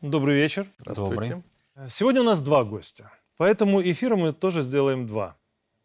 Добрый вечер. Здравствуйте. Сегодня у нас два гостя, поэтому эфира мы тоже сделаем два.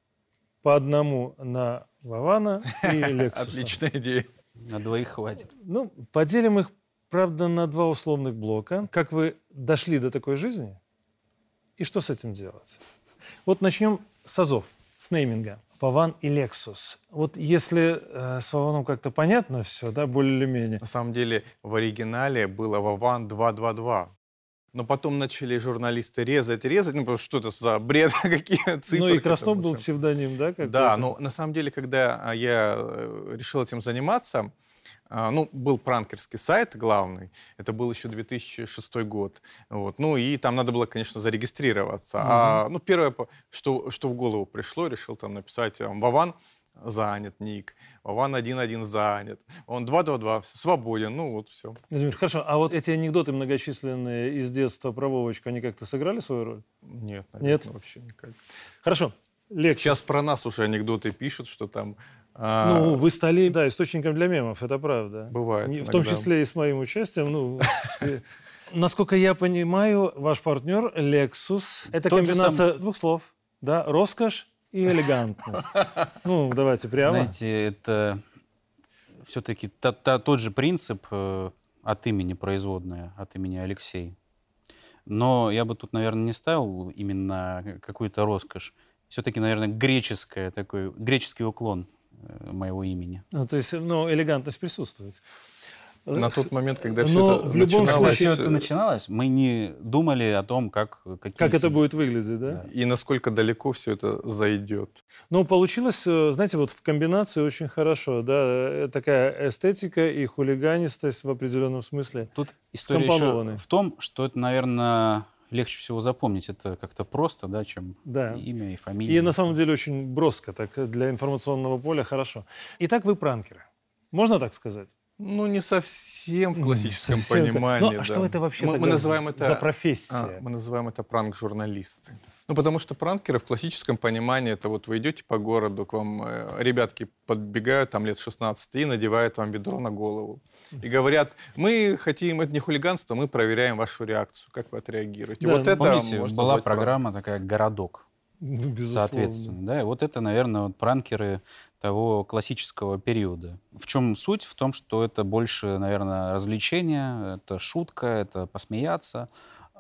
По одному на Вована и Лексуса. Отличная идея. На двоих хватит. Ну, поделим их, правда, на два условных блока. Как вы дошли до такой жизни и что с этим делать? Вот начнем с азов, с нейминга. Вован и Лексус. Вот если с Вованом как-то понятно все, да, более или менее. На самом деле в оригинале было Вован 222. Но потом начали журналисты резать, ну потому что это за бред, какие цифры. Ну и Краснов был псевдоним, да? Да, но на самом деле, когда я решил этим заниматься, был пранкерский сайт главный, это был еще 2006 год, вот, и там надо было, конечно, зарегистрироваться. Первое, что в голову пришло, решил там написать Вован занят, ник, Вован 1-1 занят, он 2-2-2, свободен, все. Владимир, хорошо, а вот эти анекдоты многочисленные из детства про Вовочку, они как-то сыграли свою роль? Нет, Нет? Вообще никак. Хорошо, Лексус. Сейчас про нас уже анекдоты пишут, что там... вы стали, да, источником для мемов, это правда. Бывает В том числе и с моим участием. Насколько я понимаю, ваш партнер Лексус — это комбинация двух слов, да, роскошь и элегантность. Давайте прямо. Знаете, это все-таки тот же принцип от имени производная, от имени Алексей. Но я бы тут, наверное, не ставил именно какую-то роскошь. Все-таки, наверное, греческий уклон моего имени. То есть, элегантность присутствует. На тот момент, когда все это в любом случае это начиналось, мы не думали о том, как это будет выглядеть, да? И насколько далеко все это зайдет. Получилось, знаете, вот в комбинации очень хорошо, да, такая эстетика и хулиганистость в определенном смысле. Тут история еще в том, что это, наверное, легче всего запомнить. Это как-то просто, да, чем имя и фамилия. И на самом деле очень броско, так для информационного поля хорошо. Итак, вы пранкеры. Можно так сказать? Не совсем в классическом понимании. А что это вообще за профессия? Мы называем это пранк-журналисты. Потому что пранкеры в классическом понимании, это вот вы идете по городу, к вам ребятки подбегают, там лет 16, и надевают вам ведро на голову. И говорят, мы хотим, это не хулиганство, мы проверяем вашу реакцию, как вы отреагируете. Да, помните, была программа такая «Городок». Безусловно. Соответственно, да, и вот это, наверное, пранкеры того классического периода. В чем суть? В том, что это больше, наверное, развлечение, это шутка, это посмеяться.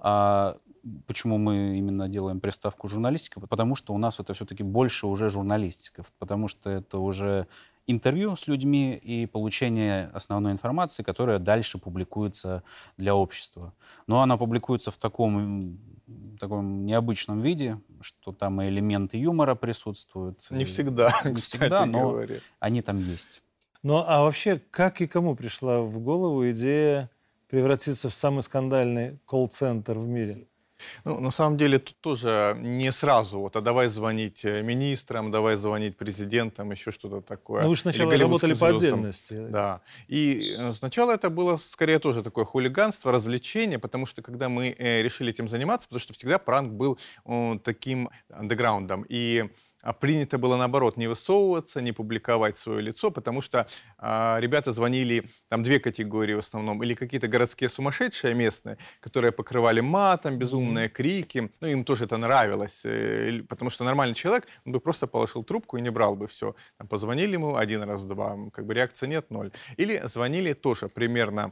А почему мы именно делаем приставку журналистика? Потому что у нас это все-таки больше уже журналистика, потому что это уже интервью с людьми и получение основной информации, которая дальше публикуется для общества. Но она публикуется в таком необычном виде, что там и элементы юмора присутствуют. Не всегда, кстати но говоря. Они там есть. А вообще, как и кому пришла в голову идея превратиться в самый скандальный колл-центр в мире? На самом деле тут тоже не сразу, давай звонить министрам, давай звонить президентам, еще что-то такое. Вы же сначала работали по отдельности. Да. И сначала это было скорее тоже такое хулиганство, развлечение, потому что когда мы решили этим заниматься, потому что всегда пранк был таким андеграундом. И принято было, наоборот, не высовываться, не публиковать свое лицо, потому что ребята звонили, там две категории в основном, или какие-то городские сумасшедшие местные, которые покрывали матом, безумные крики, им тоже это нравилось, потому что нормальный человек, он бы просто положил трубку и не брал бы все. Позвонили ему один раз, два, реакции нет, ноль. Или звонили тоже примерно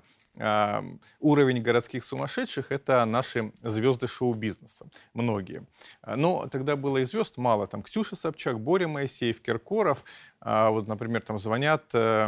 уровень городских сумасшедших — это наши звезды шоу-бизнеса, многие. Но тогда было и звезд мало, там Ксюша Собчак, Боря Моисеев, Киркоров, например, там звонят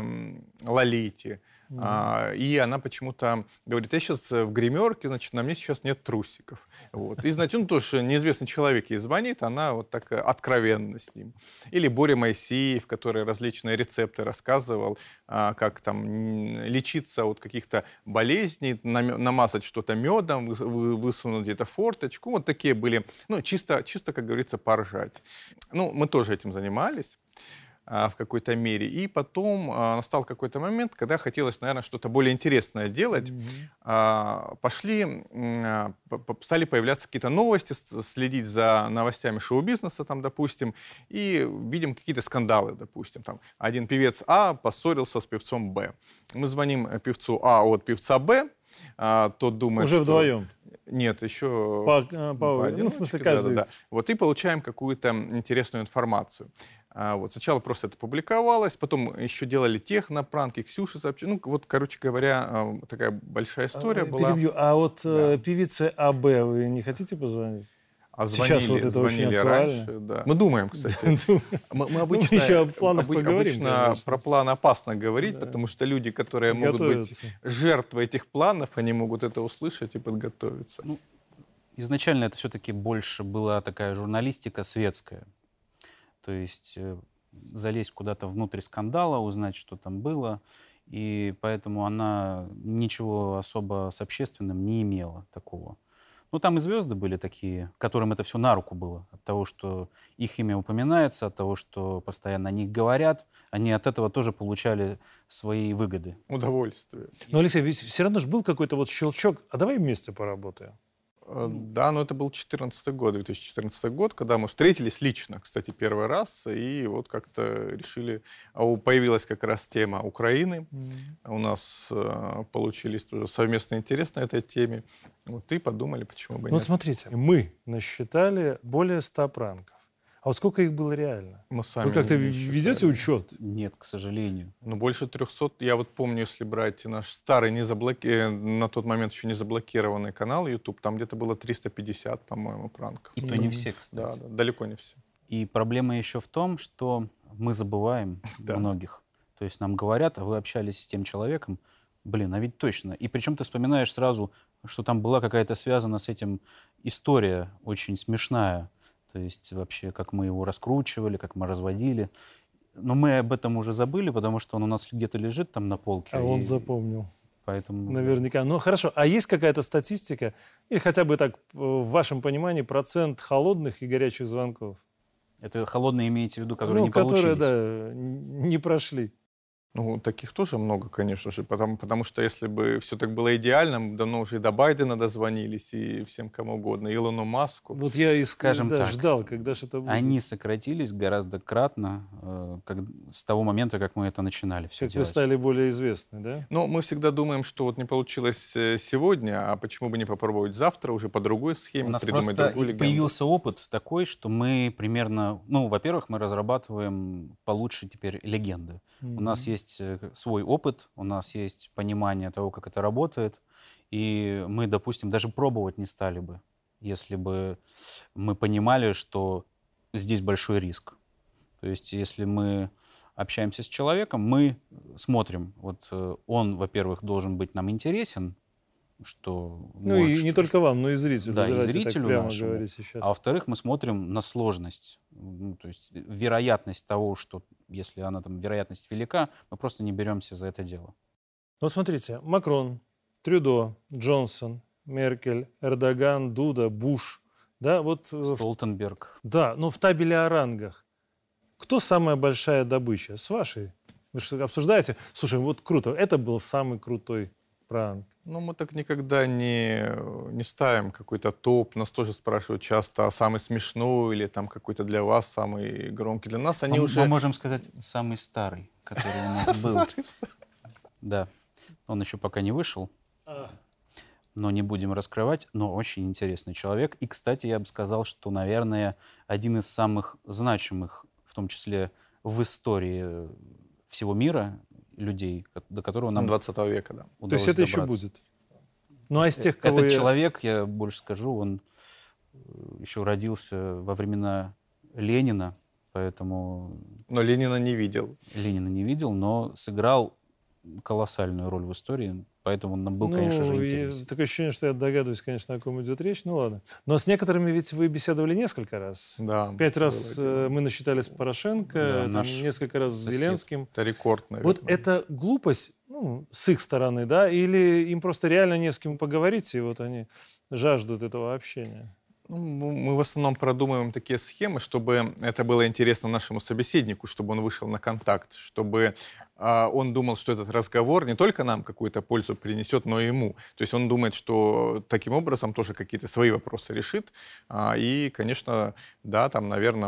Лолите, и она почему-то говорит, я сейчас в гримерке, значит, на мне сейчас нет трусиков. И, значит, тоже неизвестный человек ей звонит, она вот так откровенно с ним. Или Боря Моисеев, который различные рецепты рассказывал, как там лечиться от каких-то болезней, намазать что-то медом, высунуть где-то форточку. Вот такие были, чисто, как говорится, поржать. Мы тоже этим занимались в какой-то мере. И потом настал какой-то момент, когда хотелось, наверное, что-то более интересное делать. Стали появляться какие-то новости, следить за новостями шоу-бизнеса, там, допустим, и видим какие-то скандалы, допустим. Там, один певец А поссорился с певцом Б. Мы звоним певцу А от певца Б, тот думает, Уже что... вдвоем. Нет, еще Ну, в смысле, каждый... Да. Вот и получаем какую-то интересную информацию. Вот сначала просто это публиковалось, потом еще делали технопранки, Ксюша сообщила. Ну, вот, короче говоря, такая большая история была. Перебью. А вот Да. певице АБ вы не хотите позвонить? Звонили, Сейчас вот это очень звонили актуально. раньше, да. Мы думаем, кстати. Мы обычно, еще о планах поговорим, обычно конечно. про план опасно говорить, Да. потому что люди, которые могут быть Готовятся. жертвой этих планов, они могут это услышать и подготовиться. Ну, изначально это все-таки больше была такая журналистика светская. То есть залезть куда-то внутрь скандала, узнать, что там было. И поэтому она ничего особо с общественным не имела такого. Ну, там и звезды были такие, которым это все на руку было. От того, что их имя упоминается, от того, что постоянно о них говорят, они от этого тоже получали свои выгоды. Удовольствие. Но, Алексей, ведь все равно же был какой-то вот щелчок. А давай вместе поработаем. Да, но это был 2014 год, когда мы встретились лично, кстати, первый раз, и вот как-то решили, появилась как раз тема Украины, у нас получились тоже совместные интересы на этой теме, вот и подумали, почему бы Ну, нет. смотрите, мы насчитали более 100 пранков. А вот сколько их было реально? Мы сами Вы как-то не ведете считали. учет? Нет, к сожалению. Ну, больше 300. Я вот помню, если брать наш старый, на тот момент еще не заблокированный канал YouTube, там где-то было 350, по-моему, пранков. И то не все, Да, кстати. да, далеко не все. И проблема еще в том, что мы забываем Да. многих. То есть нам говорят, а вы общались с тем человеком, блин, а ведь точно. И причем ты вспоминаешь сразу, что там была какая-то связана с этим история очень смешная. То есть вообще, как мы его раскручивали, как мы разводили. Но мы об этом уже забыли, потому что он у нас где-то лежит там на полке. А он и запомнил. Поэтому, Наверняка. Ну, хорошо. А есть какая-то статистика, или хотя бы так, в вашем понимании, процент холодных и горячих звонков? Это холодные имеете в виду, которые не которые, получились? да, не прошли. Ну, таких тоже много, конечно же, потому что если бы все так было идеально, мы давно уже и до Байдена дозвонились, и всем кому угодно, Илону Маску. Вот я Скажем так, ждал, когда же это будет. Они сократились гораздо кратно с того момента, как мы это начинали все Как вы делать. стали более известны, да? Но мы всегда думаем, что вот не получилось сегодня, а почему бы не попробовать завтра уже по другой У схеме, нас придумать просто другую легенду. появился опыт такой, что мы примерно... Ну, во-первых, мы разрабатываем получше теперь легенды. У нас есть свой опыт, у нас есть понимание того, как это работает, и мы, допустим, даже пробовать не стали бы, если бы мы понимали, что здесь большой риск. То есть если мы общаемся с человеком, мы смотрим, вот он, во-первых, должен быть нам интересен, что... Ну и не только вам, но и зрителю. Да, и Давайте так зрителю прямо нашему. говорить сейчас. А во-вторых, мы смотрим на сложность. Ну, то есть вероятность того, что если она там, вероятность велика, мы просто не беремся за это дело. Вот смотрите, Макрон, Трюдо, Джонсон, Меркель, Эрдоган, Дуда, Буш. Да, вот, Столтенберг. да, но в табеле о рангах. Кто самая большая добыча? С вашей? Вы что, обсуждаете? Слушай, вот круто, это был самый крутой пранк. Ну, мы так никогда не ставим какой-то топ. Нас тоже спрашивают часто, а самый смешной или там какой-то для вас самый громкий. Для нас они уже... Мы можем сказать, самый старый, который у нас был. Да, он еще пока не вышел, но не будем раскрывать. Но очень интересный человек. И, кстати, я бы сказал, что, наверное, один из самых значимых, в том числе в истории всего мира, людей, до которого нам 20 века, да. То есть удалось это еще добраться. будет? Ну а из тех, кого Этот я- человек, я больше скажу, он еще родился во времена Ленина, поэтому Но Ленина не видел. Ленина не видел, но сыграл колоссальную роль в истории, поэтому он нам был, конечно же, и интересен. такое ощущение, что я догадываюсь, конечно, о ком идет речь. Ну ладно. Но с некоторыми ведь вы беседовали несколько раз. Да, 5 раз было дело. мы насчитали с Порошенко, Да, там наш несколько раз с сосед. Зеленским. Это рекорд, наверное. Вот это глупость, ну, с их стороны, да, или им просто реально не с кем поговорить, и вот они жаждут этого общения? Ну, мы в основном продумываем такие схемы, чтобы это было интересно нашему собеседнику, чтобы он вышел на контакт, чтобы он думал, что этот разговор не только нам какую-то пользу принесет, но и ему. То есть он думает, что таким образом тоже какие-то свои вопросы решит. И, конечно, да, там, наверное,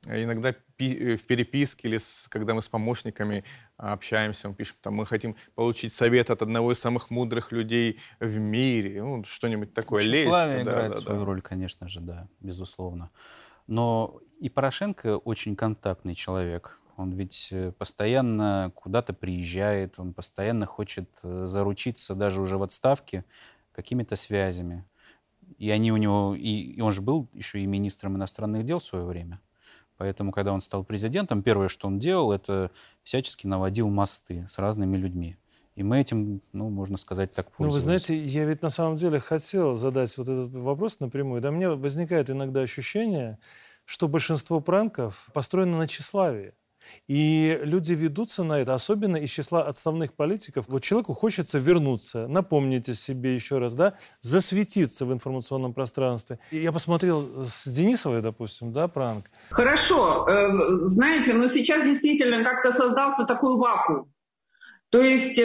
иногда в переписке или когда мы с помощниками общаемся, мы пишем, там, мы хотим получить совет от одного из самых мудрых людей в мире, ну, что-нибудь такое. Тщеславие Лесть, играет свою роль, конечно же, да, безусловно. Но и Порошенко очень контактный человек. Он ведь постоянно куда-то приезжает, он постоянно хочет заручиться даже уже в отставке какими-то связями. И они у него, и он же был еще и министром иностранных дел в свое время. Поэтому, когда он стал президентом, первое, что он делал, это всячески наводил мосты с разными людьми. И мы этим, ну, можно сказать, так Ну, вы пользовались. знаете, я ведь на самом деле хотел задать вот этот вопрос напрямую. Да, мне возникает иногда ощущение, что большинство пранков построено на тщеславии. И люди ведутся на это, особенно из числа отставных политиков. Вот человеку хочется вернуться, напомнить о себе еще раз, да, засветиться в информационном пространстве. И я посмотрел с Денисовой, допустим, да, пранк. Хорошо, знаете, но сейчас действительно как-то создался такой вакуум. То есть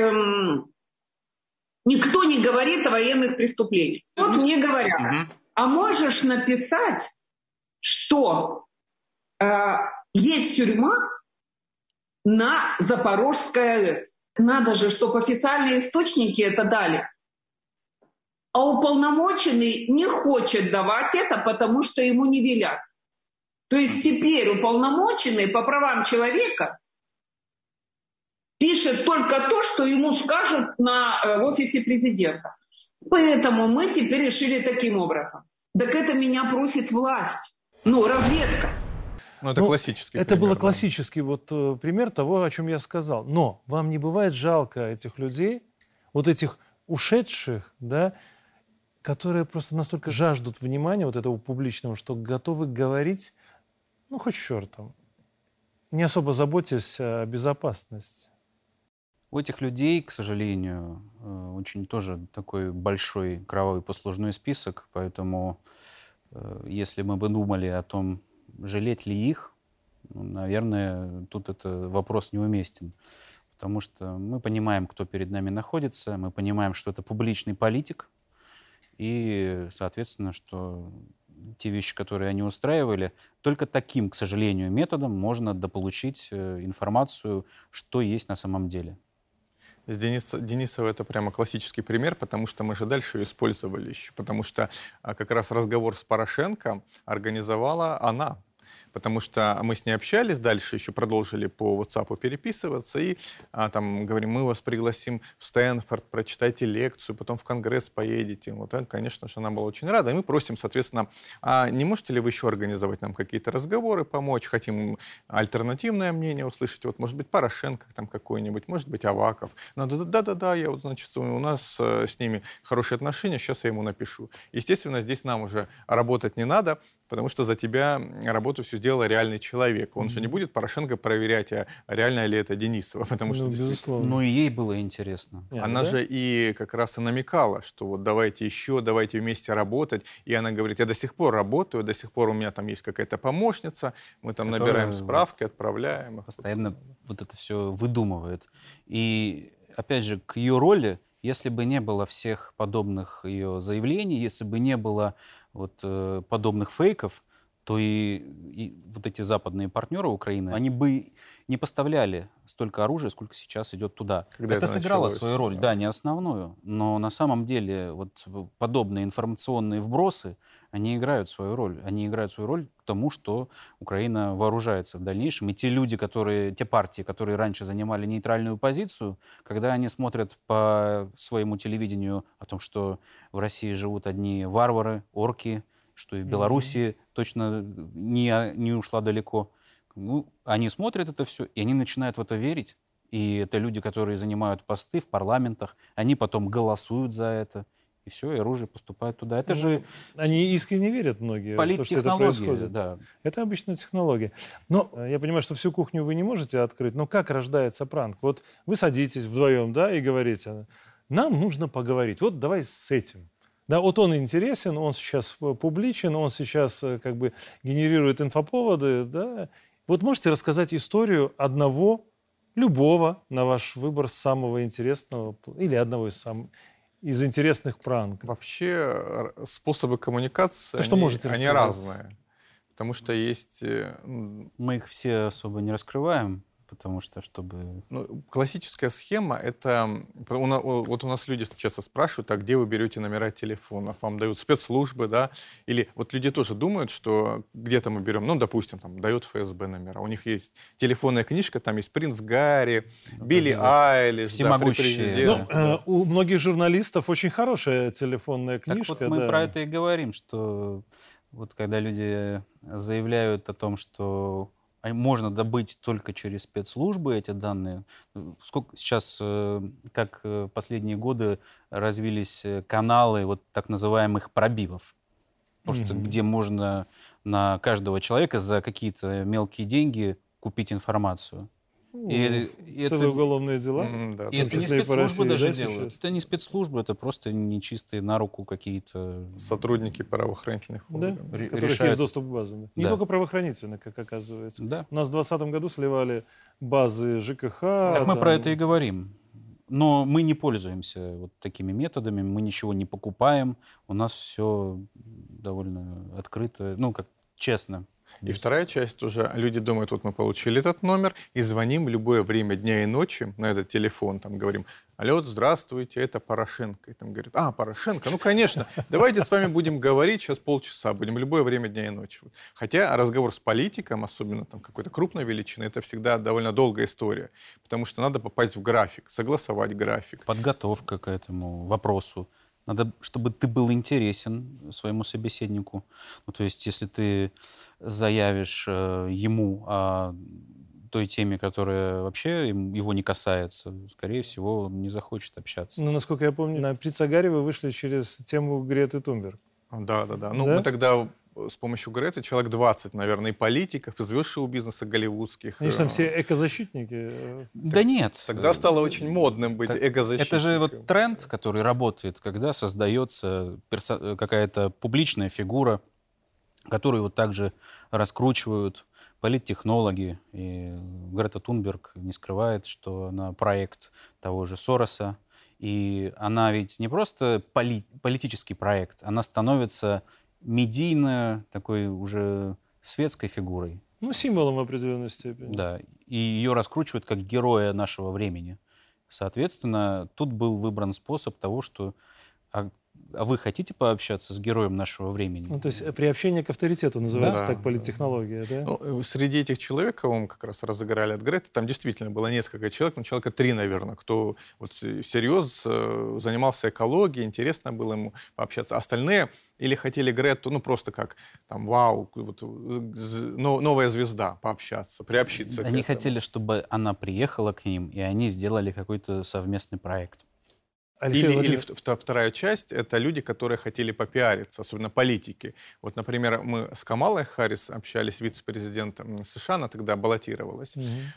никто не говорит о военных преступлениях. Вот мне говорят, а можешь написать, что есть тюрьма на Запорожской АЭС. Надо же, чтобы официальные источники это дали. А уполномоченный не хочет давать это, потому что ему не велят. То есть теперь уполномоченный по правам человека пишет только то, что ему скажут в офисе президента. Поэтому мы теперь решили таким образом. Так это меня просит власть. Ну, разведка. Ну, это классический Это пример, был да. классический пример того, о чем я сказал. Но вам не бывает жалко этих людей, вот этих ушедших, да, которые просто настолько жаждут внимания вот этого публичного, что готовы говорить, ну, хоть чертом, не особо заботясь о безопасности. У этих людей, к сожалению, очень тоже такой большой кровавый послужной список, поэтому если мы бы думали о том, жалеть ли их, ну, наверное, тут это вопрос неуместен. Потому что мы понимаем, кто перед нами находится, мы понимаем, что это публичный политик, и, соответственно, что те вещи, которые они устраивали, только таким, к сожалению, методом можно дополучить информацию, что есть на самом деле. С Денисовой это прямо классический пример, потому что мы же дальше ее использовали еще, потому что как раз разговор с Порошенко организовала она. Потому что мы с ней общались, дальше еще продолжили по WhatsApp переписываться, и там говорим, мы вас пригласим в Стэнфорд, прочитайте лекцию, потом в Конгресс поедете. Вот, конечно же, она была очень рада. И мы просим, соответственно, не можете ли вы еще организовать нам какие-то разговоры, помочь? Хотим альтернативное мнение услышать. Вот, может быть, Порошенко там какой-нибудь, может быть, Аваков. Да-да-да, я вот, значит, у нас с ними хорошие отношения, сейчас я ему напишу. Естественно, здесь нам уже работать не надо, потому что за тебя работу всю сделал реальный человек. Он же не будет Порошенко проверять, а реально ли это Денисова. Потому что, безусловно. Ну и ей было интересно. Она же и как раз и намекала, что вот давайте еще, давайте вместе работать. И она говорит, я до сих пор работаю, до сих пор у меня там есть какая-то помощница, мы там набираем справки, отправляем их. Постоянно вот это все выдумывает. И опять же, к ее роли, если бы не было всех подобных ее заявлений, если бы не было вот подобных фейков, то и вот эти западные партнеры Украины, они бы не поставляли столько оружия, сколько сейчас идет туда. Когда это сыграло началось, свою роль, да, не основную, но на самом деле вот подобные информационные вбросы, они играют свою роль. Они играют свою роль к тому, что Украина вооружается в дальнейшем. И те люди, те партии, которые раньше занимали нейтральную позицию, когда они смотрят по своему телевидению о том, что в России живут одни варвары, орки, что и в Белоруссии точно не ушла далеко. Ну, они смотрят это все, и они начинают в это верить. И это люди, которые занимают посты в парламентах, они потом голосуют за это. И все, и оружие поступает туда. Это же... Они искренне верят многие, в то, что это происходит. Да. Это обычная технология. Но я понимаю, что всю кухню вы не можете открыть, но как рождается пранк? Вот вы садитесь вдвоем, да, и говорите, нам нужно поговорить. Вот давай с этим. Да, вот он интересен, он сейчас публичен, он сейчас как бы генерирует инфоповоды. Да. Вот можете рассказать историю одного, любого, на ваш выбор, самого интересного или одного из интересных пранков? Вообще способы коммуникации, То, что можете они рассказать. разные. потому что есть... Мы их все особо не раскрываем, потому что, чтобы... Ну, классическая схема — это... Вот у нас люди часто спрашивают, а где вы берете номера телефонов? Вам дают спецслужбы, да? Или вот люди тоже думают, что где-то мы берем, ну, допустим, там, дают ФСБ номера. У них есть телефонная книжка, там есть принц Гарри, Билли Айлиш, всемогущие. Да, президент. У многих журналистов очень хорошая телефонная книжка. Так вот мы про это и говорим, что вот когда люди заявляют о том, что можно добыть только через спецслужбы эти данные. Сколько сейчас, как последние годы развились каналы вот так называемых пробивов. Просто где можно на каждого человека за какие-то мелкие деньги купить информацию. Целые уголовные дела. Да, И это не спецслужбы даже делают. Это не спецслужбы, это просто нечистые на руку какие-то... Сотрудники правоохранительных органов. Да, у которых есть доступ к базам. Не только правоохранительные, как оказывается. Да. У нас в 2020 году сливали базы ЖКХ. Так мы про это и говорим. Но мы не пользуемся вот такими методами, мы ничего не покупаем. У нас все довольно открыто, ну, как честно. И вторая часть уже, люди думают, вот мы получили этот номер и звоним в любое время дня и ночи на этот телефон, там говорим: алло, здравствуйте, это Порошенко. И там говорят: Порошенко, ну, конечно, давайте с вами будем говорить, сейчас полчаса будем, в любое время дня и ночи. Хотя разговор с политиком, особенно там какой-то крупной величины, это всегда довольно долгая история, потому что надо попасть в график, согласовать график. Подготовка к этому вопросу. Надо, чтобы ты был интересен своему собеседнику. Ну, то есть, если ты заявишь ему о той теме, которая вообще его не касается, скорее всего, он не захочет общаться. Ну, насколько я помню, на Прицагаре вы вышли через тему Греты Тунберг. Да. Ну, мы тогда с помощью Греты человек 20, наверное, и политиков, из высшего бизнеса голливудских. Они же там все экозащитники. Да нет. Тогда стало очень модным быть экозащитником. Это же вот тренд, который работает, когда создается какая-то публичная фигура, которую вот также раскручивают политтехнологи. И Грета Тунберг не скрывает, что она проект того же Сороса. И она ведь не просто политический проект, она становится медийно такой уже светской фигурой. Ну, символом в определенной степени. Да, и ее раскручивают как героя нашего времени. Соответственно, тут был выбран способ того, что а вы хотите пообщаться с героем нашего времени? Ну, то есть приобщение к авторитету называется так политтехнология, да? Ну, среди этих человек, кого мы как раз разыграли от Греты, там действительно было несколько человек, ну, человека 3, наверное, кто вот всерьез занимался экологией, интересно было ему пообщаться. Остальные или хотели Грету, ну, просто как, там, вау, вот, новая звезда, пообщаться, приобщиться. Они хотели, чтобы она приехала к ним, и они сделали какой-то совместный проект. Или вторая часть — это люди, которые хотели попиариться, особенно политики. Вот, например, мы с Камалой Харрис общались, вице-президентом США, она тогда баллотировалась.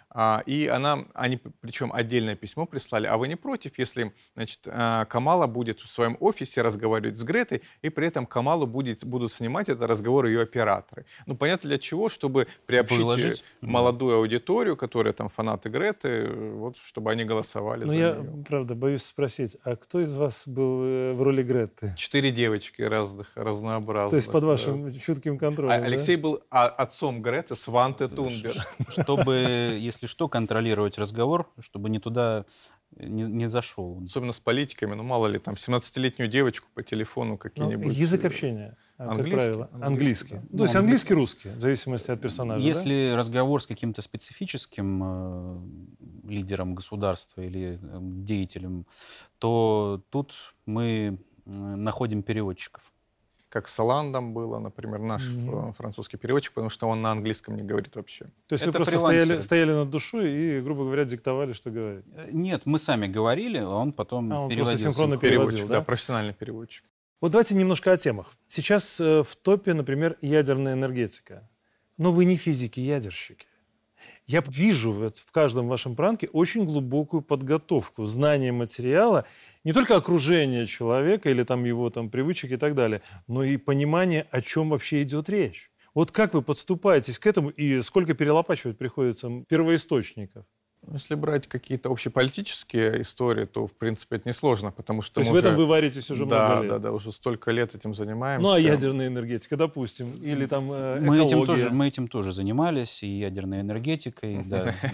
И они причем отдельное письмо прислали: а вы не против, если, значит, Камала будет в своем офисе разговаривать с Гретой, и при этом Камалу будут снимать этот разговор ее операторы? Ну, понятно, для чего? Чтобы приобщить молодую аудиторию, которая там фанаты Греты, вот, чтобы они голосовали за нее. Я, правда, боюсь спросить, а кто из вас был в роли Греты? 4 девочки разнообразных. То есть под вашим чутким контролем, Алексей был отцом Греты, Сванте Тунберг. Чтобы, если что, контролировать разговор, чтобы не туда не зашел. Особенно с политиками, ну мало ли, там 17-летнюю девочку по телефону какие-нибудь... Язык общения, как правило. Английский. Да. То есть английский-русский, в зависимости от персонажа. Если разговор с каким-то специфическим лидером государства или деятелем, то тут мы находим переводчиков. Как с Оландом было, например, наш французский переводчик, потому что он на английском не говорит вообще. То есть вы просто стояли над душой и, грубо говоря, диктовали, что говорить? Нет, мы сами говорили, а он потом переводил. Просто синхронно переводил, да? Профессиональный переводчик. Вот давайте немножко о темах. Сейчас в топе, например, ядерная энергетика. Но вы не физики, ядерщики. Я вижу в каждом вашем пранке очень глубокую подготовку, знание материала, не только окружение человека или там его там привычек и так далее, но и понимание, о чем вообще идет речь. Вот как вы подступаетесь к этому и сколько перелопачивать приходится первоисточников? Если брать какие-то общеполитические истории, то, в принципе, это несложно, потому что То есть мы в этом уже... вы варитесь уже много лет? Да, уже столько лет этим занимаемся. Ну, а ядерная энергетика, допустим, или там экология? Мы этим тоже занимались, и ядерной энергетикой,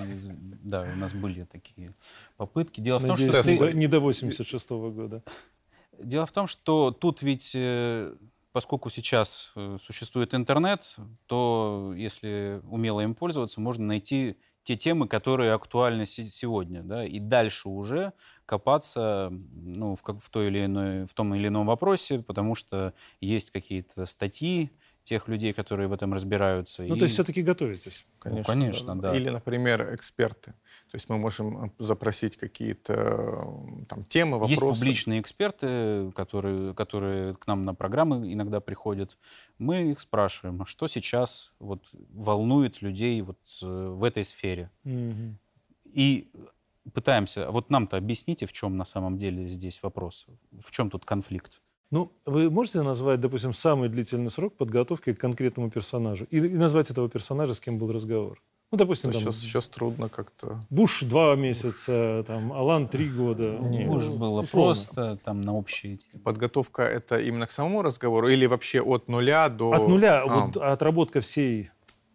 да, у нас были такие попытки. Дело в том, Надеюсь, что не до 86-го года. Дело в том, что тут ведь, поскольку сейчас существует интернет, то если умело им пользоваться, можно найти те темы, которые актуальны сегодня, да, и дальше уже копаться в том или ином вопросе, потому что есть какие-то статьи тех людей, которые в этом разбираются. Ну, то есть все-таки готовитесь? Конечно, да. Или, например, эксперты. То есть мы можем запросить какие-то там темы, вопросы. Есть публичные эксперты, которые к нам на программы иногда приходят. Мы их спрашиваем, что сейчас волнует людей в этой сфере. Угу. И пытаемся, нам-то объясните, в чем на самом деле здесь вопрос, в чем тут конфликт. Ну, вы можете назвать, допустим, самый длительный срок подготовки к конкретному персонажу? И назвать этого персонажа, с кем был разговор? Ну, допустим, там, сейчас трудно как-то. Буш 2 месяца, там, Алан 3 года. Может, было условно. просто там на общие... Подготовка — это именно к самому разговору или вообще от нуля до... От нуля, отработка всей...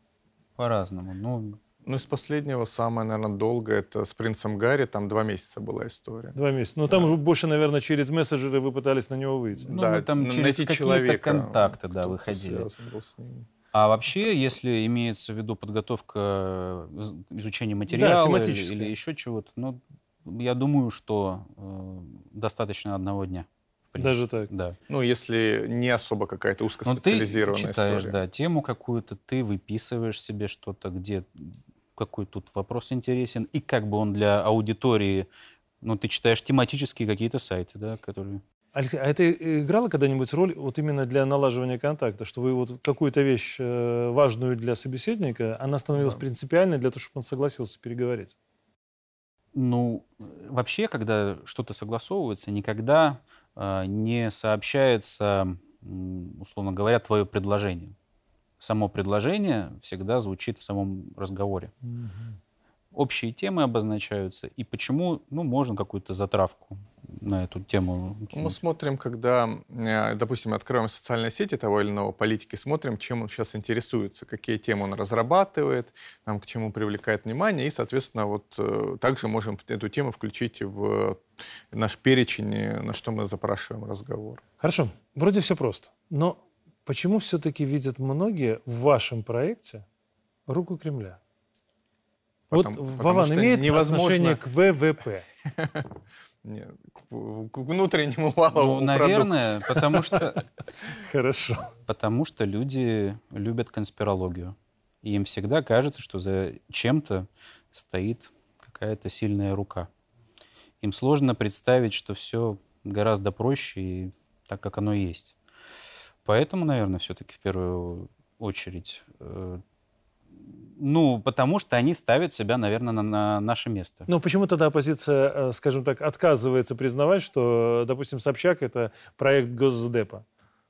По-разному. Ну, из последнего самое, наверное, долгое, это с принцем Гарри, там 2 месяца была история. 2 месяца. Но там больше, наверное, через мессенджеры вы пытались на него выйти. Мы там через какие-то контакты, выходили. А вообще, если имеется в виду подготовка изучения материала или еще чего-то, я думаю, что достаточно 1 дня. Даже так? Да. Ну, если не особо какая-то узкоспециализированная история. Ты читаешь, история. тему какую-то, ты выписываешь себе что-то, какой тут вопрос интересен, и как бы он для аудитории, ты читаешь тематические какие-то сайты, да, которые... Алексей, а это играло когда-нибудь роль именно для налаживания контакта, что вы какую-то вещь важную для собеседника, она становилась принципиальной для того, чтобы он согласился переговорить? Вообще, когда что-то согласовывается, никогда не сообщается, условно говоря, твое предложение. Само предложение всегда звучит в самом разговоре. Общие темы обозначаются, и почему, можно какую-то затравку на эту тему. Мы смотрим, когда, допустим, открываем социальные сети того или иного политики, смотрим, чем он сейчас интересуется, какие темы он разрабатывает, к чему привлекает внимание, и, соответственно, также можем эту тему включить в наш перечень, на что мы запрашиваем разговор. Хорошо, вроде все просто, но почему все-таки видят многие в вашем проекте руку Кремля? Вован имеет отношение к ВВП? Нет, к внутреннему валовому наверное, потому что... Хорошо. Потому что люди любят конспирологию. И им всегда кажется, что за чем-то стоит какая-то сильная рука. Им сложно представить, что все гораздо проще и так, как оно есть. Поэтому, наверное, все-таки в первую очередь... потому что они ставят себя, наверное, на наше место. Но почему тогда оппозиция, скажем так, отказывается признавать, что, допустим, Собчак — это проект Госдепа?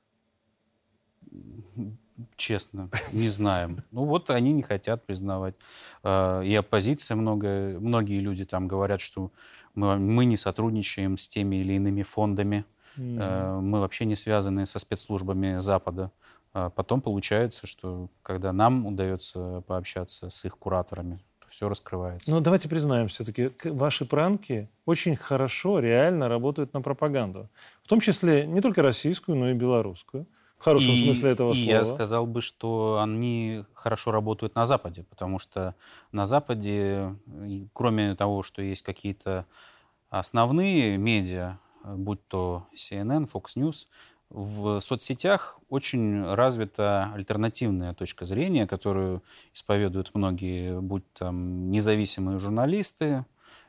Честно, не знаем. Они не хотят признавать. И оппозиция, многие люди там говорят, что мы не сотрудничаем с теми или иными фондами, мы вообще не связаны со спецслужбами Запада. Потом получается, что когда нам удается пообщаться с их кураторами, то все раскрывается. Но давайте признаем, все-таки ваши пранки очень хорошо, реально работают на пропаганду. В том числе не только российскую, но и белорусскую. В хорошем смысле этого слова. Я сказал бы, что они хорошо работают на Западе, потому что на Западе, кроме того, что есть какие-то основные медиа, будь то CNN, Fox News, в соцсетях очень развита альтернативная точка зрения, которую исповедуют многие, будь там независимые журналисты.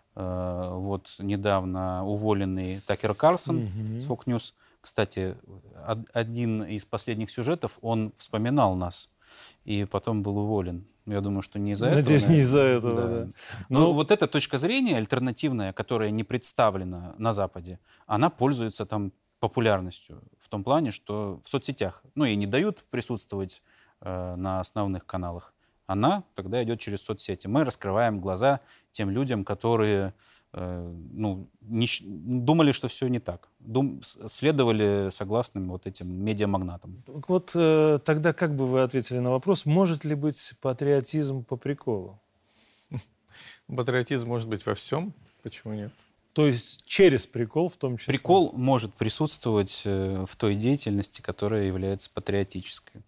Недавно уволенный Такер Карлсон с Fox News. Кстати, один из последних сюжетов, он вспоминал нас и потом был уволен. Я думаю, что не из-за этого. Надеюсь, не из-за этого, да. Но эта точка зрения альтернативная, которая не представлена на Западе, она пользуется там популярностью в том плане, что в соцсетях, ей не дают присутствовать на основных каналах, она тогда идет через соцсети. Мы раскрываем глаза тем людям, которые думали, что все не так. Следовали согласным вот этим медиамагнатам. Вот тогда как бы вы ответили на вопрос, может ли быть патриотизм по приколу? Патриотизм может быть во всем. Почему нет? То есть через прикол в том числе? Прикол может присутствовать в той деятельности, которая является патриотической.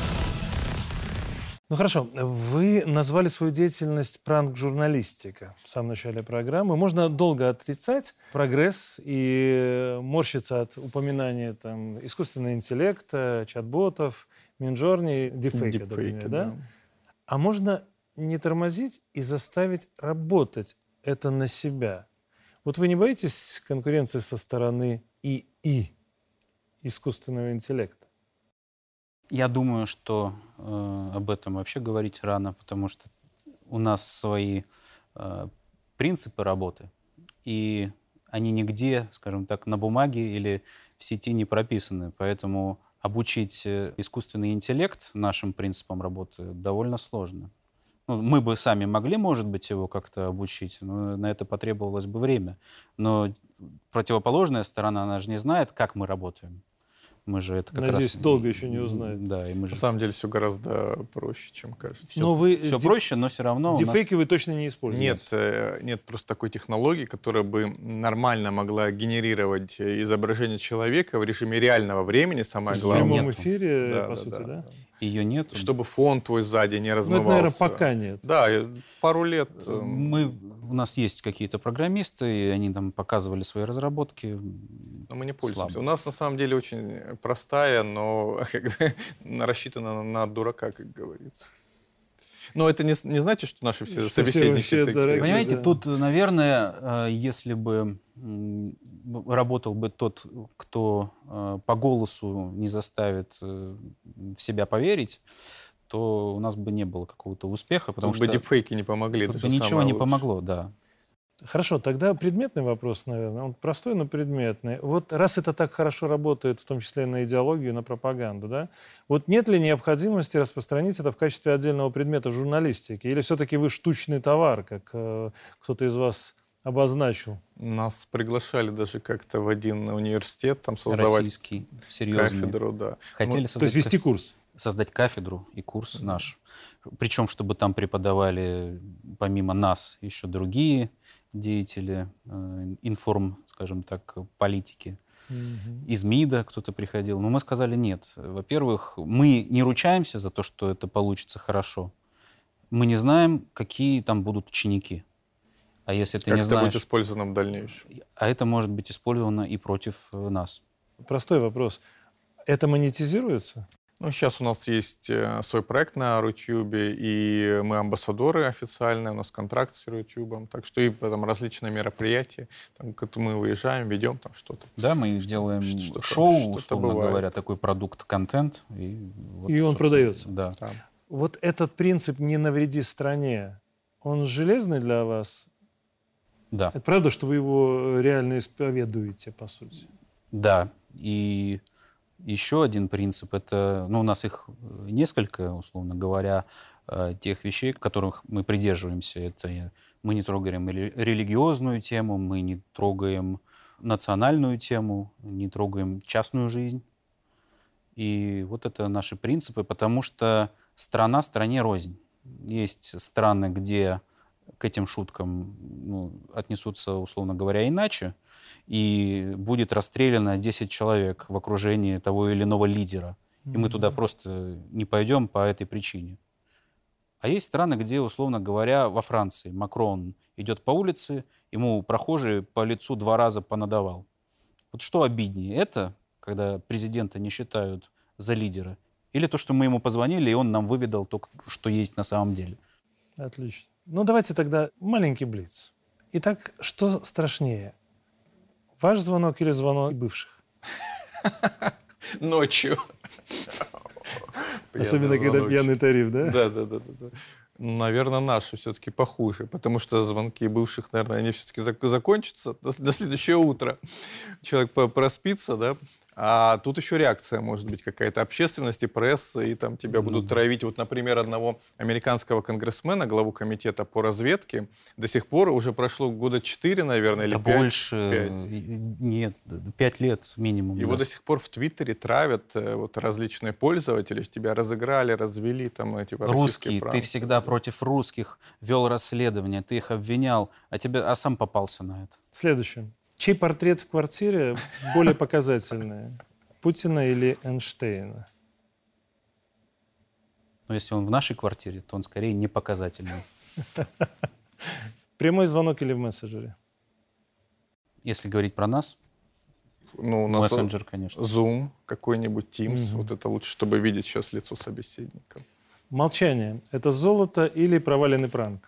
Ну хорошо, вы назвали свою деятельность пранк-журналистика в самом начале программы. Можно долго отрицать прогресс и морщиться от упоминания там, искусственного интеллекта, чат-ботов, Midjourney, дипфейка, например, да? А можно не тормозить и заставить работать это на себя. Вот вы не боитесь конкуренции со стороны ИИ, искусственного интеллекта? Я думаю, что об этом вообще говорить рано, потому что у нас свои принципы работы, и они нигде, скажем так, на бумаге или в сети не прописаны. Поэтому обучить искусственный интеллект нашим принципам работы довольно сложно. Ну, мы бы сами могли, может быть, его как-то обучить, но на это потребовалось бы время. Но противоположная сторона, она же не знает, как мы работаем. Мы же это как Надеюсь, раз... долго еще не узнают. Да, и мы же... На самом деле все гораздо проще, чем кажется. Все проще, но все равно дипфейки вы точно не используете? Нет просто такой технологии, которая бы нормально могла генерировать изображение человека в режиме реального времени, самое В главное. прямом эфире, по сути, да? Ее нет. Чтобы фон твой сзади не размывался. Ну, это, наверное, пока нет. Да, пару лет. У нас есть какие-то программисты, и они там показывали свои разработки. Но мы не пользуемся. Слабо. У нас на самом деле очень простая, но как бы, рассчитана на дурака, как говорится. Но это не значит, что наши все собеседники все такие. дорогие. Понимаете, да. тут, наверное, если бы работал бы тот, кто по голосу не заставит в себя поверить, то у нас бы не было какого-то успеха, потому Тут что бы дипфейки не помогли. тут это бы же ничего самое не лучшее. помогло, да. Хорошо, тогда предметный вопрос, наверное. Он простой, но предметный. Вот раз это так хорошо работает, в том числе на идеологию, на пропаганду, да? Вот нет ли необходимости распространить это в качестве отдельного предмета в журналистике? Или все-таки вы штучный товар, как кто-то из вас обозначил? Нас приглашали даже как-то в один университет там создавать Российский, серьезный. кафедру, да. Хотели То есть вести курс? создать кафедру и курс наш. Причем, чтобы там преподавали помимо нас еще другие деятели, скажем так, политики. Из МИДа кто-то приходил. Но мы сказали нет. Во-первых, мы не ручаемся за то, что это получится хорошо. Мы не знаем, какие там будут ученики. А если ты Как не это знаешь... будет использовано в дальнейшем? А это может быть использовано и против нас. Простой вопрос. Это монетизируется? Ну, сейчас у нас есть свой проект на Рутюбе, и мы амбассадоры официальные, у нас контракт с Рутюбом, так что и там различные мероприятия, там, мы выезжаем, ведем там что-то. Да, мы делаем что-то шоу, условно бывает. говоря, такой продукт-контент. И, вот, И он собственно, продается. Да. Там. Вот этот принцип «не навреди стране», он железный для вас? Да. Это правда, что вы его реально исповедуете, по сути? Да. И еще один принцип, это, у нас их несколько, условно говоря, тех вещей, которых мы придерживаемся. Это мы не трогаем религиозную тему, мы не трогаем национальную тему, не трогаем частную жизнь. И вот это наши принципы, потому что страна стране рознь. Есть страны, где к этим шуткам отнесутся, условно говоря, иначе, и будет расстреляно 10 человек в окружении того или иного лидера. И мы туда просто не пойдем по этой причине. А есть страны, где, условно говоря, во Франции Макрон идет по улице, ему прохожий по лицу 2 раза понадавал. Вот что обиднее? Это, когда президента не считают за лидера, или то, что мы ему позвонили, и он нам выведал то, что есть на самом деле? Отлично. Ну, давайте тогда маленький блиц. Итак, что страшнее? Ваш звонок или звонок бывших? Ночью. Особенно, когда пьяный тариф, да? Да. Наверное, наши все-таки похуже, потому что звонки бывших, наверное, они все-таки закончатся до следующего утра. Человек проспится, да, А тут еще реакция может быть какая-то общественности, прессы, и там тебя будут травить. Вот, например, одного американского конгрессмена, главу комитета по разведке, до сих пор уже прошло года 4, наверное, или 5. Больше, нет, 5 лет минимум. Его до сих пор в Твиттере травят вот, различные пользователи, что тебя разыграли, развели, там, типа, Русские, пранки. ты всегда против русских, вел расследование, ты их обвинял, а сам попался на это. Следующее. Чей портрет в квартире более показательный? Путина или Эйнштейна? Но если он в нашей квартире, то он скорее не показательный. Прямой звонок или в мессенджере? Если говорить про нас, Ну, у нас мессенджер, конечно. Zoom, какой-нибудь Teams. Вот это лучше, чтобы видеть сейчас лицо собеседника. Молчание. Это золото или проваленный пранк?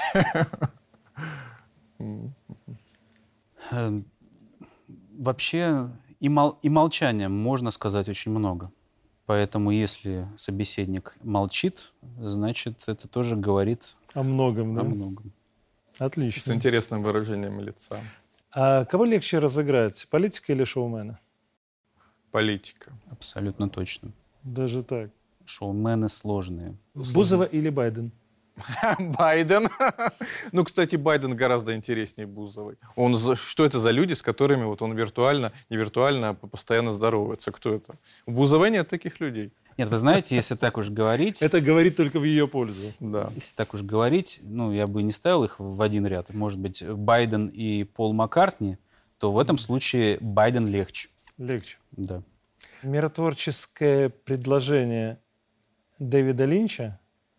Вообще и молчанием можно сказать очень много. Поэтому если собеседник молчит, значит, это тоже говорит О многом, да? о многом. С Отлично. интересным выражением лица. А кого легче разыграть, политика или шоумена? Политика. Абсолютно точно. Даже так. Шоумены сложные. Бузова или Байден? Байден. Ну, кстати, Байден гораздо интереснее Бузовой. Что это за люди, с которыми вот он виртуально, не виртуально, а постоянно здоровается? Кто это? У Бузовой нет таких людей. Нет, вы знаете, если так уж говорить... Это говорит только в ее пользу. Да. Если так уж говорить, ну, я бы не ставил их в один ряд. Может быть, Байден и Пол Маккартни, то в этом случае Байден легче. Легче. Да. Миротворческое предложение Дэвида Линча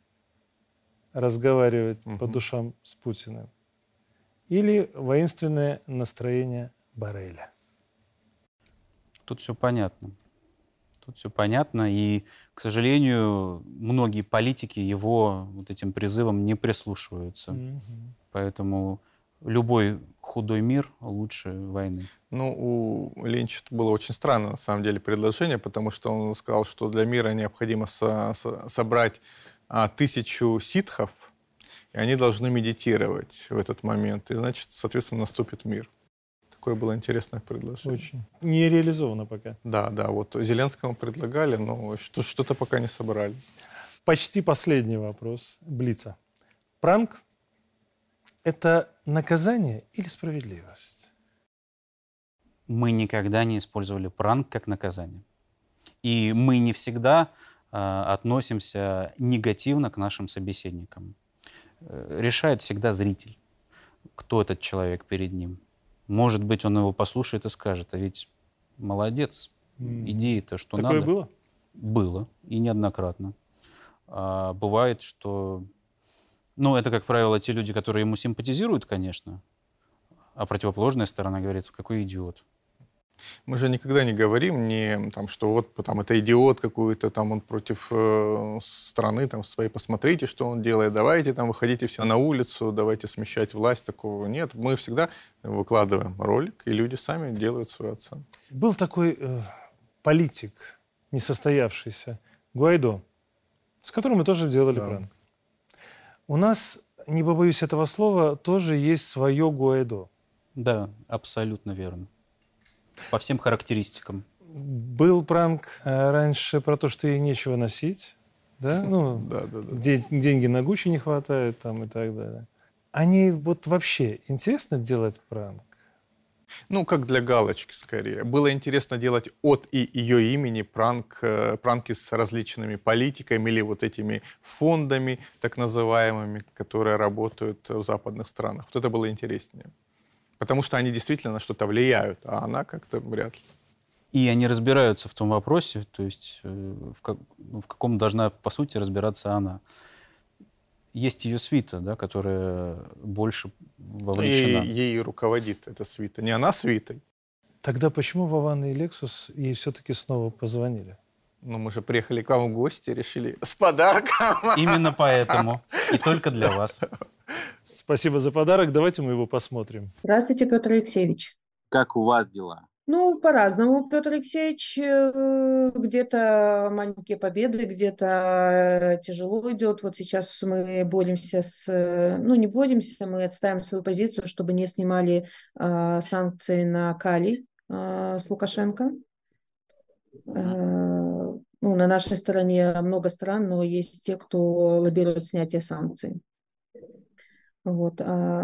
разговаривать по душам с Путиным или воинственное настроение Борреля? Тут все понятно. Тут все понятно. И, к сожалению, многие политики его вот этим призывом не прислушиваются. Поэтому любой худой мир лучше войны. Ну, у Линча это было очень странное, на самом деле, предложение, потому что он сказал, что для мира необходимо собрать 1000 ситхов, и они должны медитировать в этот момент. И, значит, соответственно, наступит мир. Такое было интересное предложение. Очень. Не реализовано пока. Да, вот Зеленскому предлагали, но что-то пока не собрали. Почти последний вопрос. Блица. Пранк – это наказание или справедливость? Мы никогда не использовали пранк как наказание. И мы не всегда относимся негативно к нашим собеседникам. Решает всегда зритель, кто этот человек перед ним. Может быть, он его послушает и скажет, а ведь молодец, идея-то что Такое надо. было? Было, и неоднократно. Бывает, что... Ну, это, как правило, те люди, которые ему симпатизируют, конечно, а противоположная сторона говорит, какой идиот. Мы же никогда не говорим, что вот там, это идиот какой-то, там он против страны там, своей, посмотрите, что он делает, давайте там выходите все на улицу, давайте смещать власть. Такого нет. Мы всегда выкладываем ролик, и люди сами делают свою оценку. Был такой политик, несостоявшийся, Гуайдо, с которым мы тоже делали пранк. У нас, не побоюсь этого слова, тоже есть свое Гуайдо. Да, абсолютно верно. По всем характеристикам. Был пранк раньше про то, что ей нечего носить, да? Ну, деньги на Гуччи не хватает там, и так далее. Они вот вообще интересно делать пранк? Ну, как для галочки, скорее. Было интересно делать от ее имени пранки с различными политиками или вот этими фондами, так называемыми, которые работают в западных странах. Вот это было интереснее. Потому что они действительно на что-то влияют, а она как-то вряд ли. И они разбираются в том вопросе, то есть в каком должна, по сути, разбираться она. Есть ее свита, да, которая больше вовлечена. Ей руководит эта свита. Не она свитой. Тогда почему Вован и Лексус ей все-таки снова позвонили? Ну, мы же приехали к вам в гости, решили с подарком. Именно поэтому. И только для вас. Спасибо за подарок. Давайте мы его посмотрим. Здравствуйте, Петр Алексеевич. Как у вас дела? Ну, по-разному, Петр Алексеевич. Где-то маленькие победы, где-то тяжело идет. Вот сейчас мы боремся не боремся, мы отставим свою позицию, чтобы не снимали санкции на калий с Лукашенко. Ну, на нашей стороне много стран, но есть те, кто лоббирует снятие санкций. Вот.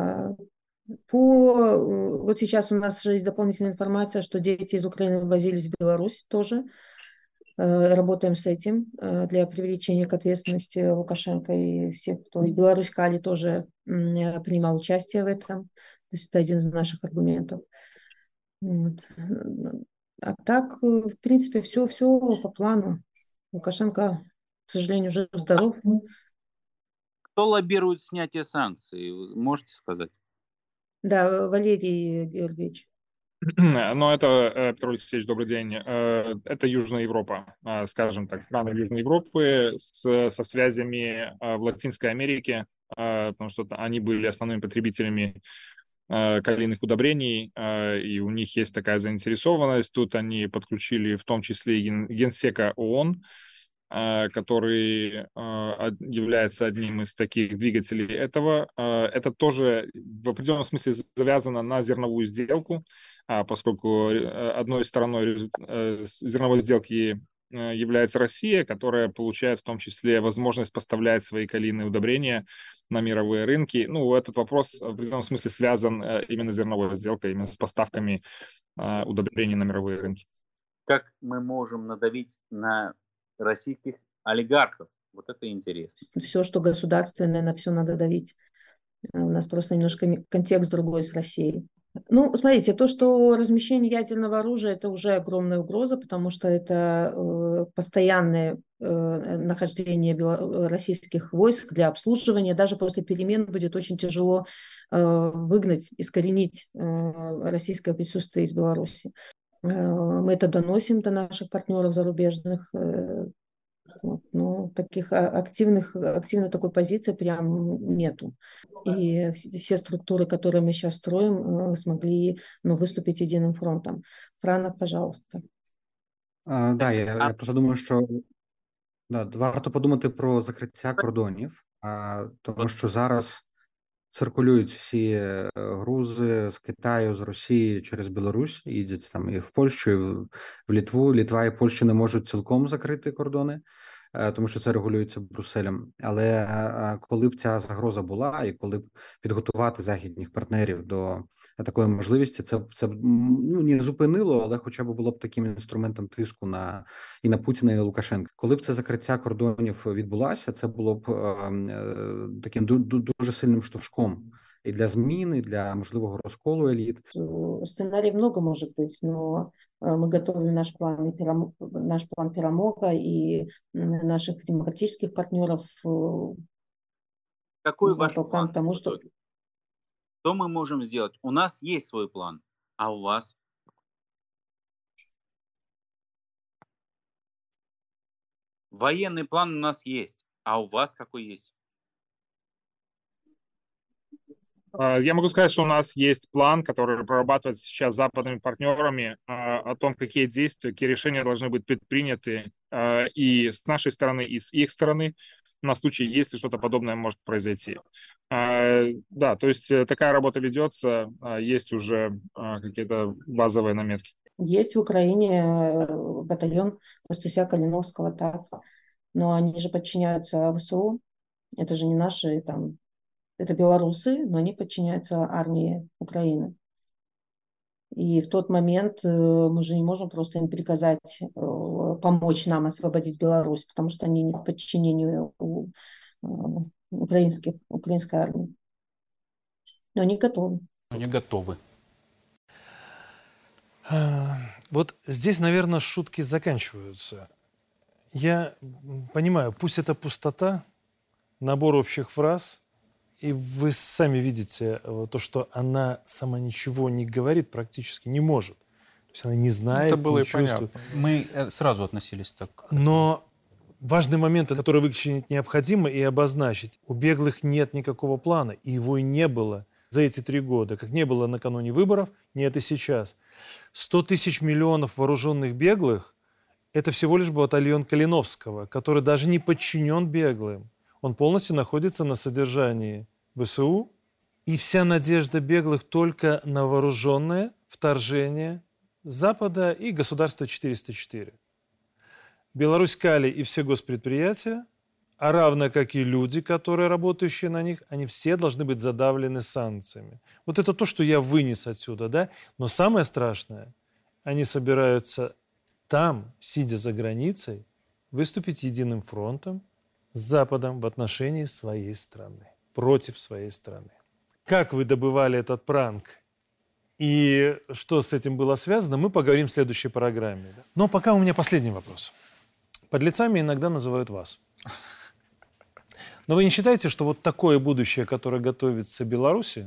Вот сейчас у нас же есть дополнительная информация, что дети из Украины ввозились в Беларусь тоже. Работаем с этим для привлечения к ответственности Лукашенко и всех, кто... И Беларусь Кали тоже принимал участие в этом. То есть это один из наших аргументов. Вот. А так, в принципе, все по плану. Лукашенко, к сожалению, жив здоров. Кто лоббирует снятие санкций? Вы можете сказать? Да, Валерий Георгиевич. Но это, Петр Алексеевич, добрый день. Это Южная Европа, скажем так, страны Южной Европы со связями в Латинской Америке, потому что они были основными потребителями калийных удобрений, и у них есть такая заинтересованность. Тут они подключили в том числе и Генсека ООН, который является одним из таких двигателей этого. Это тоже в определенном смысле завязано на зерновую сделку, поскольку одной стороной зерновой сделки является Россия, которая получает в том числе возможность поставлять свои калийные удобрения на мировые рынки. Ну, этот вопрос в определенном смысле связан именно с зерновой сделкой, именно с поставками удобрений на мировые рынки. Как мы можем надавить на российских олигархов? Вот это интересно. Все, что государственное, на все надо давить. У нас просто немножко контекст другой с Россией. Ну, смотрите, то, что размещение ядерного оружия, это уже огромная угроза, потому что это постоянное нахождение российских войск для обслуживания. Даже после перемен будет очень тяжело выгнать, искоренить российское присутствие из Беларуси. Мы это доносим до наших партнеров зарубежных. Но таких активной такой позиции прям нету. И все структуры, которые мы сейчас строим, смогли виступити єдиним фронтом. Франок, пожалуйста. Я просто думаю, що варто подумати про закриття кордонів, тому що зараз циркулюють всі грузи з Китаю, з Росії через Білорусь, їдуть там і в Польщу, і в Литву. Литва і Польща не можуть цілком закрити кордони, тому що це регулюється Брюсселем. Але коли б ця загроза була, і коли б підготувати західних партнерів до такої можливості, це б не зупинило, але хоча б було б таким інструментом тиску і на Путіна, і на Лукашенка. Коли б це закриття кордонів відбулося, це було б таким дуже сильним штовхом и для змін, и для можливого розколу еліт. Сценарий много может быть, но мы готовим наш план перемога и наших демократических партнеров. Какой ваш план? Тому, что мы можем сделать? У нас есть свой план, а у вас? Военный план у нас есть, а у вас какой есть? Я могу сказать, что у нас есть план, который прорабатывается сейчас с западными партнерами о том, какие действия, какие решения должны быть предприняты и с нашей стороны, и с их стороны на случай, если что-то подобное может произойти. Да, то есть такая работа ведется, есть уже какие-то базовые наметки. Есть в Украине батальон Костуся Калиновского, так, но они же подчиняются ВСУ, это же не наши там. Это белорусы, но они подчиняются армии Украины. И в тот момент мы же не можем просто им приказать помочь нам освободить Беларусь, потому что они не в подчинении у украинской армии. Но они готовы. Они готовы. Вот здесь, наверное, шутки заканчиваются. Я понимаю, пусть это пустота, набор общих фраз, и вы сами видите то, что она сама ничего не говорит, практически не может. То есть она не знает, это было не и чувствует. понятно. Мы сразу относились так. Но важный момент, который вычленить необходимо и обозначить. У беглых нет никакого плана, и его и не было за эти 3 года. Как не было накануне выборов, нет и сейчас. 100 тысяч миллионов вооруженных беглых – это всего лишь батальон Калиновского, который даже не подчинен беглым. Он полностью находится на содержании ВСУ, и вся надежда беглых только на вооруженное вторжение Запада и государства 404. Беларусь Кали и все госпредприятия, а равно как и люди, которые работающие на них, они все должны быть задавлены санкциями. Вот это то, что я вынес отсюда, да? Но самое страшное, они собираются там, сидя за границей, выступить единым фронтом с Западом в отношении своей страны, против своей страны. Как вы добывали этот пранк и что с этим было связано, мы поговорим в следующей программе. Но пока у меня последний вопрос. Подлецами иногда называют вас. Но вы не считаете, что вот такое будущее, которое готовится Беларуси,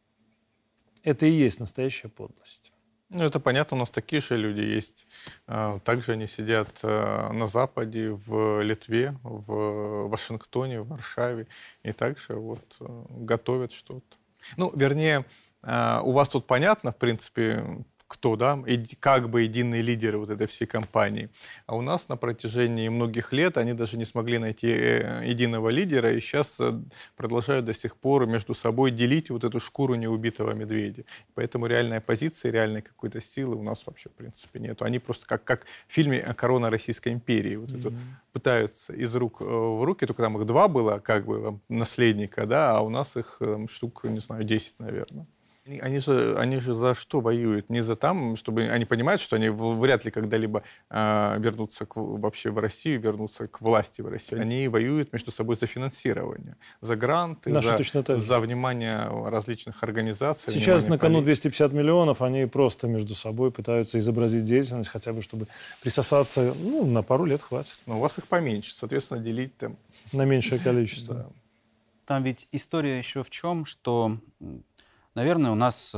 это и есть настоящая подлость? Ну, это понятно, у нас такие же люди есть. Также они сидят на Западе, в Литве, в Вашингтоне, в Варшаве. И также вот готовят что-то. Ну, вернее, у вас тут понятно, в принципе, кто, да, как бы единые лидеры вот этой всей кампании. А у нас на протяжении многих лет они даже не смогли найти единого лидера, и сейчас продолжают до сих пор между собой делить вот эту шкуру неубитого медведя. Поэтому реальной оппозиции, реальной какой-то силы у нас вообще, в принципе, нет. Они просто как в фильме «Корона Российской империи» вот это пытаются из рук в руки, только там их 2 было, как бы, наследника, да, а у нас их штук, не знаю, 10, наверное. Они же за что воюют? Не за там, чтобы они понимают, что они вряд ли когда-либо вернутся вообще в Россию, вернутся к власти в России. Они воюют между собой за финансирование, за гранты, за внимание различных организаций. Сейчас на кону 250 миллионов, они просто между собой пытаются изобразить деятельность, хотя бы чтобы присосаться, ну, на пару лет хватит. Но у вас их поменьше, соответственно, делить там... На меньшее количество. Да. Там ведь история еще в чем, что... Наверное, у нас,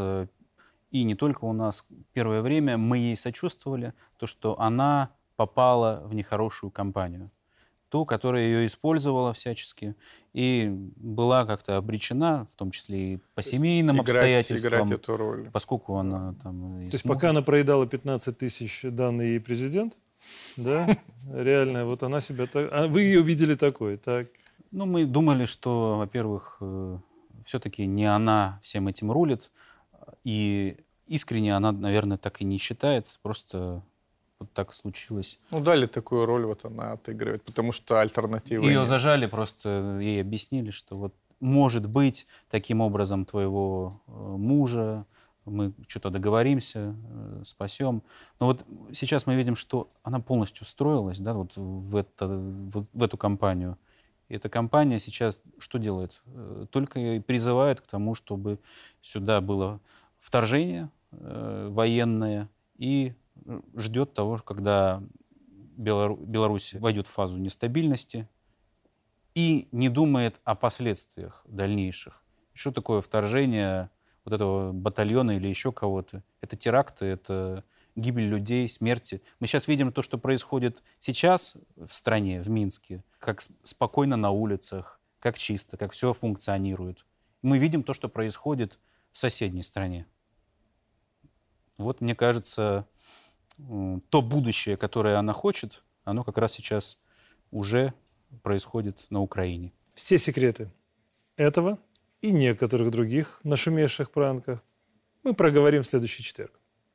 и не только у нас, первое время мы ей сочувствовали, то, что она попала в нехорошую компанию. Ту, которая ее использовала всячески и была как-то обречена, в том числе и по семейным обстоятельствам, играть эту роль. Поскольку она там... То есть пока она проедала 15 тысяч, данный ей президент, да, реально, вот она себя так... А вы ее видели такой, так? Ну, мы думали, что, во-первых... все-таки не она всем этим рулит, и искренне она, наверное, так и не считает, просто вот так случилось. Ну, дали такую роль, вот она отыгрывает, потому что альтернативы Ее нет. зажали, просто ей объяснили, что вот может быть таким образом твоего мужа, мы что-то договоримся, спасем. Но вот сейчас мы видим, что она полностью встроилась, да, вот в эту кампанию. И эта компания сейчас что делает? Только призывает к тому, чтобы сюда было вторжение военное и ждет того, когда Беларусь войдет в фазу нестабильности и не думает о последствиях дальнейших. Что такое вторжение вот этого батальона или еще кого-то? Это теракты, это гибель людей, смерти. Мы сейчас видим то, что происходит сейчас в стране, в Минске, как спокойно на улицах, как чисто, как все функционирует. Мы видим то, что происходит в соседней стране. Вот, мне кажется, то будущее, которое она хочет, оно как раз сейчас уже происходит на Украине. Все секреты этого и некоторых других нашумевших пранках мы проговорим в следующий четверг.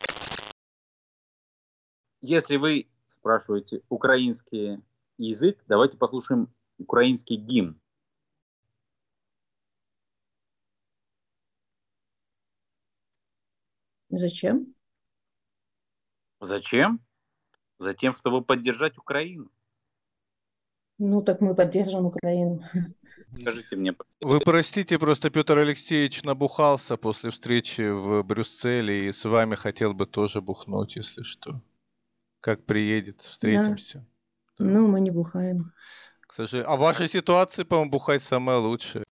Если вы спрашиваете украинский язык, давайте послушаем украинский гимн. Зачем? Зачем? Затем, чтобы поддержать Украину. Ну, так мы поддержим Украину. Скажите мне. Вы простите, просто Петр Алексеевич набухался после встречи в Брюсселе и с вами хотел бы тоже бухнуть, если что. Как приедет, встретимся. Да. Ну, мы не бухаем. К сожалению. А в вашей ситуации, по-моему, бухать самое лучшее.